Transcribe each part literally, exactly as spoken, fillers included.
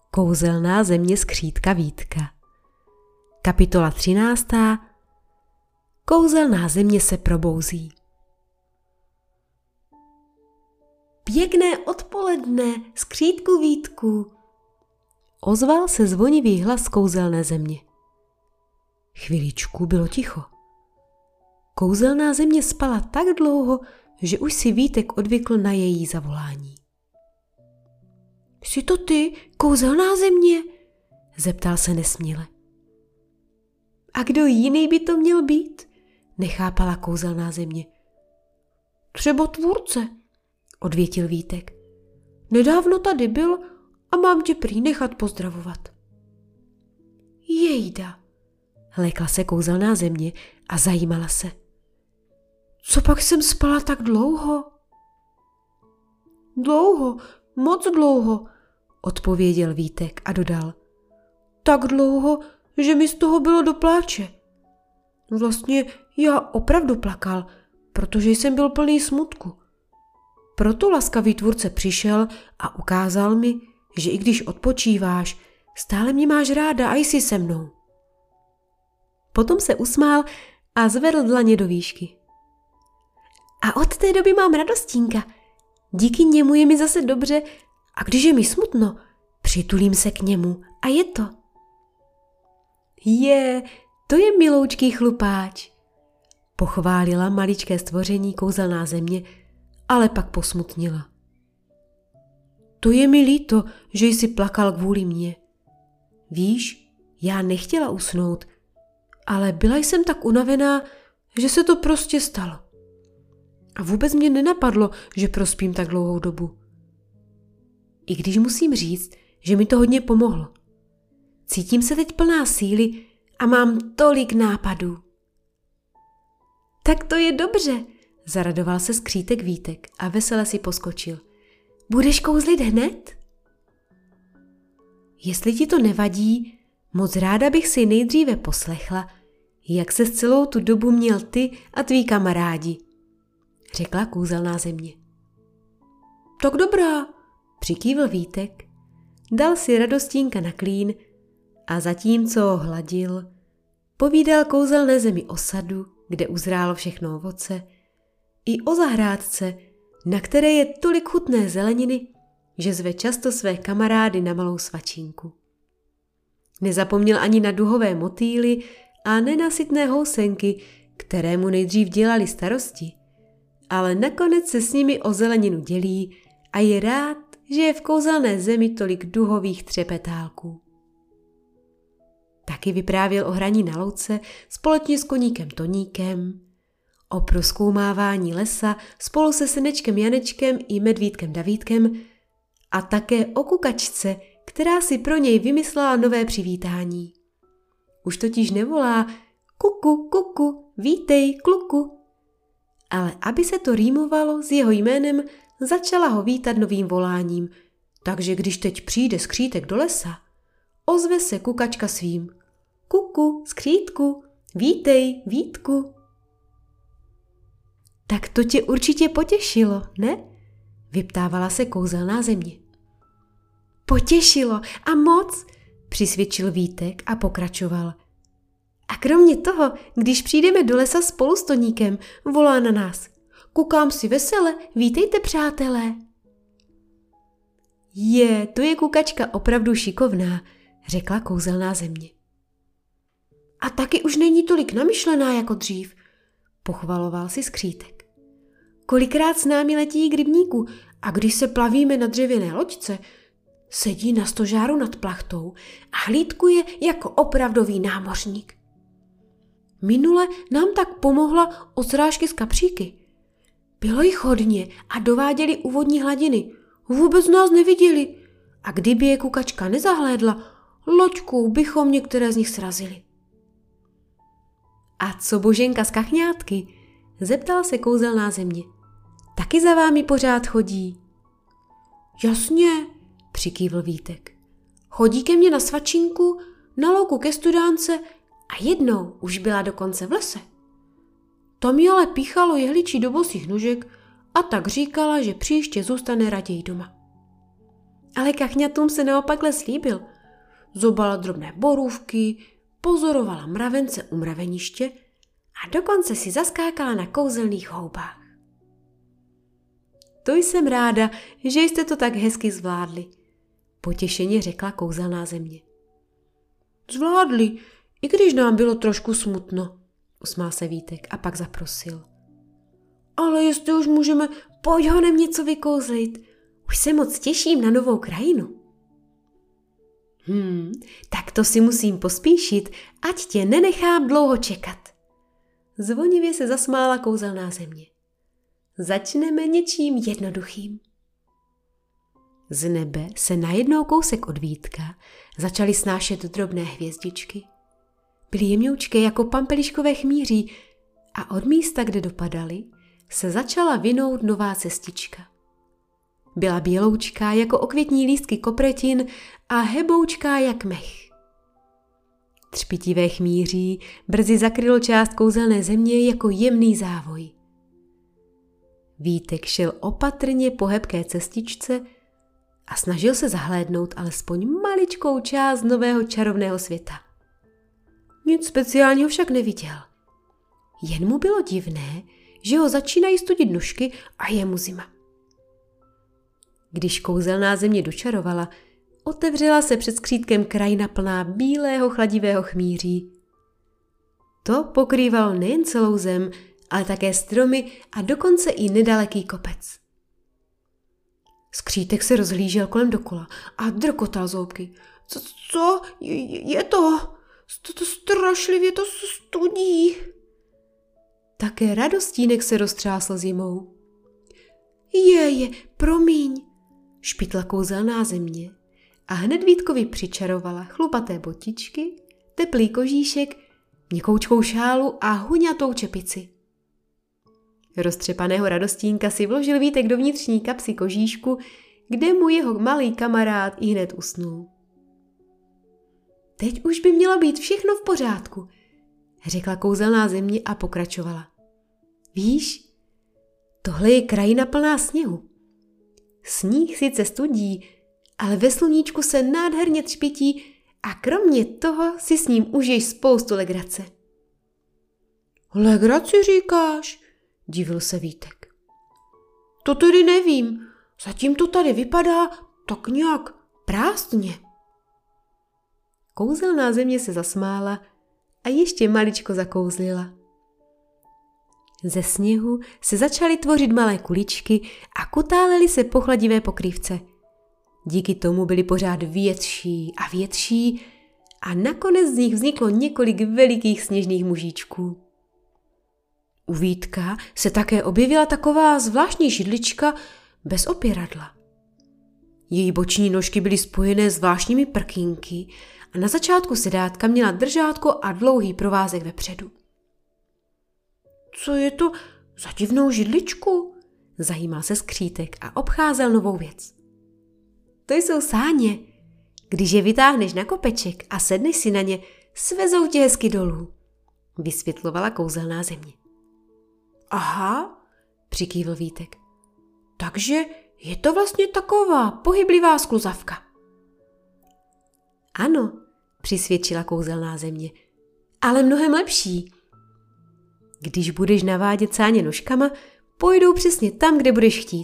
Kouzelná země skřítka Vítka. Kapitola třináctá. Kouzelná země se probouzí. Pěkné odpoledne, skřítku Vítku, ozval se zvonivý hlas z kouzelné země. Chviličku bylo ticho. Kouzelná země spala tak dlouho, že už si Vítek odvykl na její zavolání. Jsi to ty, kouzelná země? Zeptal se nesměle. A kdo jiný by to měl být? Nechápala kouzelná země. Třeba tvůrce, odvětil Vítek. Nedávno tady byl a mám tě prý nechat pozdravovat. Jejda, lékla se kouzelná země a zajímala se. Co pak jsem spala tak dlouho? Dlouho, moc dlouho, odpověděl Vítek a dodal. Tak dlouho, že mi z toho bylo do pláče. Vlastně já opravdu plakal, protože jsem byl plný smutku. Proto laskavý tvůrce přišel a ukázal mi, že i když odpočíváš, stále mě máš ráda a jsi se mnou. Potom se usmál a zvedl dlaně do výšky. A od té doby mám radostínka. Díky němu je mi zase dobře a když je mi smutno, přitulím se k němu a je to. Je, to je miloučký chlupáč, pochválila maličké stvoření kouzelná země, ale pak posmutnila. To je mi líto, že jsi plakal kvůli mně. Víš, já nechtěla usnout, ale byla jsem tak unavená, že se to prostě stalo. A vůbec mě nenapadlo, že prospím tak dlouhou dobu. I když musím říct, že mi to hodně pomohlo. Cítím se teď plná síly a mám tolik nápadů. Tak to je dobře, zaradoval se skřítek Vítek a vesele si poskočil. Budeš kouzlit hned? Jestli ti to nevadí, moc ráda bych si nejdříve poslechla, jak se celou tu dobu měl ty a tví kamarádi, řekla kouzelná země. Tak dobrá, přikývl Vítek, dal si radostínka na klín a zatímco ho hladil, povídal kouzelné zemi o sadu, kde uzrálo všechno ovoce, i o zahrádce, na které je tolik chutné zeleniny, že zve často své kamarády na malou svačinku. Nezapomněl ani na duhové motýly a nenasytné housenky, které mu nejdřív dělali starosti, ale nakonec se s nimi o zeleninu dělí a je rád, že je v kouzelné zemi tolik duhových třepetálků. Taky vyprávěl o hraní na louce společně s koníkem Toníkem, o prozkoumávání lesa spolu se synečkem Janečkem i medvídkem Davídkem a také o kukačce, která si pro něj vymyslela nové přivítání. Už totiž nevolá kuku, kuku, vítej, kluku. Ale aby se to rýmovalo s jeho jménem, začala ho vítat novým voláním, takže když teď přijde skřítek do lesa, ozve se kukačka svým. Kuku, skřítku, vítej, Vítku. Tak to tě určitě potěšilo, ne? Vyptávala se kouzelná země. Potěšilo a moc, přisvědčil Vítek a pokračoval. A kromě toho, když přijdeme do lesa spolu s Toníkem, volá na nás. Kukám si vesele, vítejte přátelé. Je, to je kukačka opravdu šikovná, řekla kouzelná země. A taky už není tolik namyšlená jako dřív, pochvaloval si skřítek. Kolikrát s námi letí k rybníku a když se plavíme na dřevěné loďce, sedí na stožáru nad plachtou a hlídkuje jako opravdový námořník. Minule nám tak pomohla od srážky z kapříky. Bylo jich hodně a dováděli u vodní hladiny. Vůbec nás neviděli a kdyby je kukačka nezahlédla, loďkou bychom některé z nich srazili. A co Boženka z Kachňátky? Zeptala se kouzelná země. Taky za vámi pořád chodí? Jasně, přikývl Vítek. Chodí ke mně na svačinku, na louku ke studánce a jednou už byla dokonce v lese. Tam jí ale píchalo jehličí do bosých nožek a tak říkala, že příště zůstane raději doma. Ale kachňatům se naopak les líbil. Zobala drobné borůvky, pozorovala mravence u mraveniště a dokonce si zaskákala na kouzelných houbách. To jsem ráda, že jste to tak hezky zvládli, potěšeně řekla kouzelná země. Zvládli, i když nám bylo trošku smutno, usmál se Vítek a pak zaprosil. Ale jestli už můžeme, pojď honem něco vykouzlit. Už se moc těším na novou krajinu. Hmm, tak to si musím pospíšit, ať tě nenechám dlouho čekat. Zvonivě se zasmála kouzelná země. Začneme něčím jednoduchým. Z nebe se najednou kousek od Vítka začaly snášet drobné hvězdičky. Byly jemňoučké jako pampeliškové chmíří a od místa, kde dopadaly, se začala vinout nová cestička. Byla běloučká jako okvětní lístky kopretin a heboučká jak mech. Třpitivé chmíří brzy zakrylo část kouzelné země jako jemný závoj. Vítek šel opatrně po hebké cestičce a snažil se zahlédnout alespoň maličkou část nového čarovného světa. Nic speciálního však neviděl. Jen mu bylo divné, že ho začínají studit nožky a je mu zima. Když kouzelná země dočarovala, otevřela se před skřítkem krajina plná bílého chladivého chmíří. To pokrývalo nejen celou zem, ale také stromy a dokonce i nedaleký kopec. Skřítek se rozhlížel kolem dokola a drkotal zoubky. Co? co? Je, je to? To, to strašlivě to studí. Také radostínek se roztřásl zimou. Je, je, promiň, špitla kouzelná země a hned Vítkovi přičarovala chlupaté botičky, teplý kožíšek, měkoučkou šálu a huňatou čepici. Roztřepaného radostínka si vložil Vítek do vnitřní kapsy kožíšku, kde mu jeho malý kamarád i hned usnul. Teď už by mělo být všechno v pořádku, řekla kouzelná země a pokračovala. Víš, tohle je krajina plná sněhu. Sníh sice studí, ale ve sluníčku se nádherně třpití a kromě toho si s ním užiješ spoustu legrace. Legraci říkáš? Divil se Vítek. To tedy nevím, zatím to tady vypadá tak nějak prázdně. Kouzelná země se zasmála a ještě maličko zakouzlila. Ze sněhu se začaly tvořit malé kuličky a kutálely se po chladivé pokrývce. Díky tomu byly pořád větší a větší a nakonec z nich vzniklo několik velikých sněžných mužíčků. U Vítka se také objevila taková zvláštní židlička bez opěradla. Její boční nožky byly spojené zvláštními prkínky a na začátku sedátka měla držátko a dlouhý provázek vepředu. Co je to za divnou židličku? Zajímal se Skřítek a obcházel novou věc. To jsou sáně. Když je vytáhneš na kopeček a sedneš si na ně, svezou tě hezky dolů, vysvětlovala kouzelná země. Aha, přikývl Vítek. Takže je to vlastně taková pohyblivá skluzavka. Ano, přisvědčila kouzelná země, ale mnohem lepší. Když budeš navádět sáně nožkama, pojdou přesně tam, kde budeš chtít.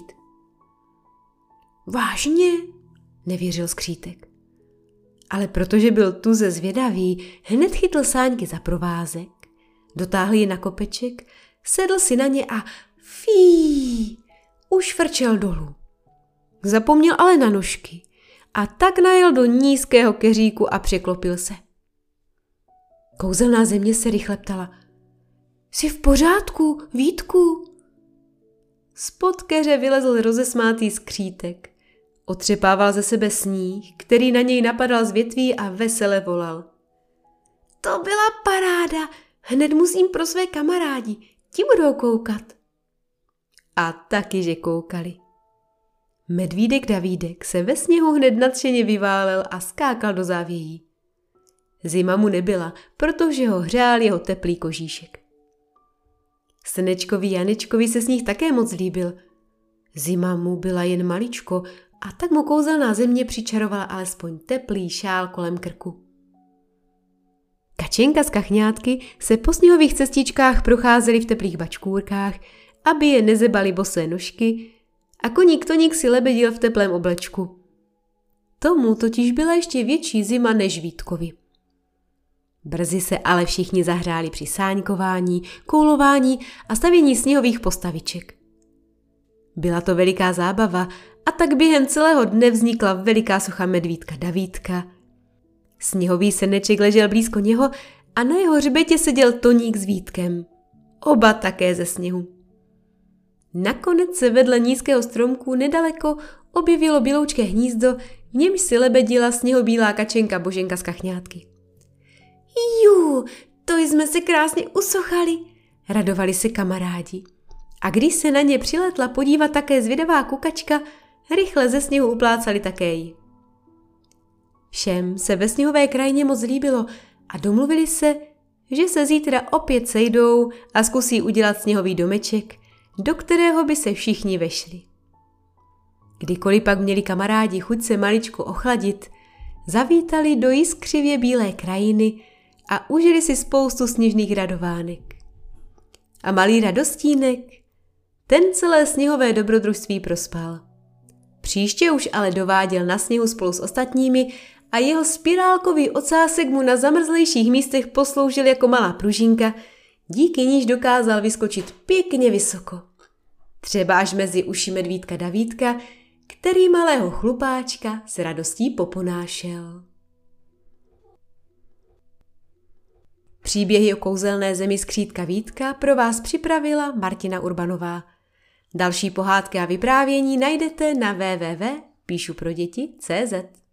Vážně? Nevěřil Skřítek. Ale protože byl tuze zvědavý, hned chytl sáňky za provázek, dotáhl je na kopeček, sedl si na ně a fí, už frčel dolů. Zapomněl ale na nožky a tak najel do nízkého keříku a překlopil se. Kouzelná země se rychle ptala. Jsi v pořádku, Vítku? Spod keře vylezl rozesmátý Skřítek. Otřepával ze sebe sníh, který na něj napadal z větví a vesele volal. To byla paráda, hned musím pro své kamarádi, ti budou koukat. A taky, že koukali. Medvídek Davídek se ve sněhu hned nadšeně vyválel a skákal do závějí. Zima mu nebyla, protože ho hřál jeho teplý kožíšek. Slnečkovi Janečkovi se sníh také moc líbil. Zima mu byla jen maličko a tak mu kouzelná země přičarovala alespoň teplý šál kolem krku. Kačenka z kachňátky se po sněhových cestičkách procházely v teplých bačkůrkách, aby je nezebaly bosé nožky, a koník Toník si lebedil v teplém oblečku. Tomu totiž byla ještě větší zima než Vítkovi. Brzy se ale všichni zahřáli při sáňkování, koulování a stavění sněhových postaviček. Byla to veliká zábava a tak během celého dne vznikla veliká socha medvídka Davídka. Sněhový srneček ležel blízko něho a na jeho hřbetě seděl Toník s Vítkem. Oba také ze sněhu. Nakonec se vedle nízkého stromku nedaleko objevilo běloučké hnízdo, v němž si lebedila sněhobílá kačenka Boženka z kachňátky. Jú, to jsme se krásně usochali, radovali se kamarádi. A když se na ně přiletla podívat také zvědavá kukačka, rychle ze sněhu uplácali také ji. Všem se ve sněhové krajině moc líbilo a domluvili se, že se zítra opět sejdou a zkusí udělat sněhový domeček, do kterého by se všichni vešli. Kdykoliv pak měli kamarádi chuť se maličko ochladit, zavítali do jiskřivě bílé krajiny a užili si spoustu sněžných radovánek. A malý Radostínek, ten celé sněhové dobrodružství prospal. Příště už ale dováděl na sněhu spolu s ostatními a jeho spirálkový ocásek mu na zamrzlejších místech posloužil jako malá pružinka, díky níž dokázal vyskočit pěkně vysoko. Třeba až mezi uši medvídka Davídka, který malého chlupáčka s radostí poponášel. Příběhy o kouzelné zemi skřítka Vítka pro vás připravila Martina Urbanová. Další pohádky a vyprávění najdete na w w w tečka píšu pro děti tečka cé zet.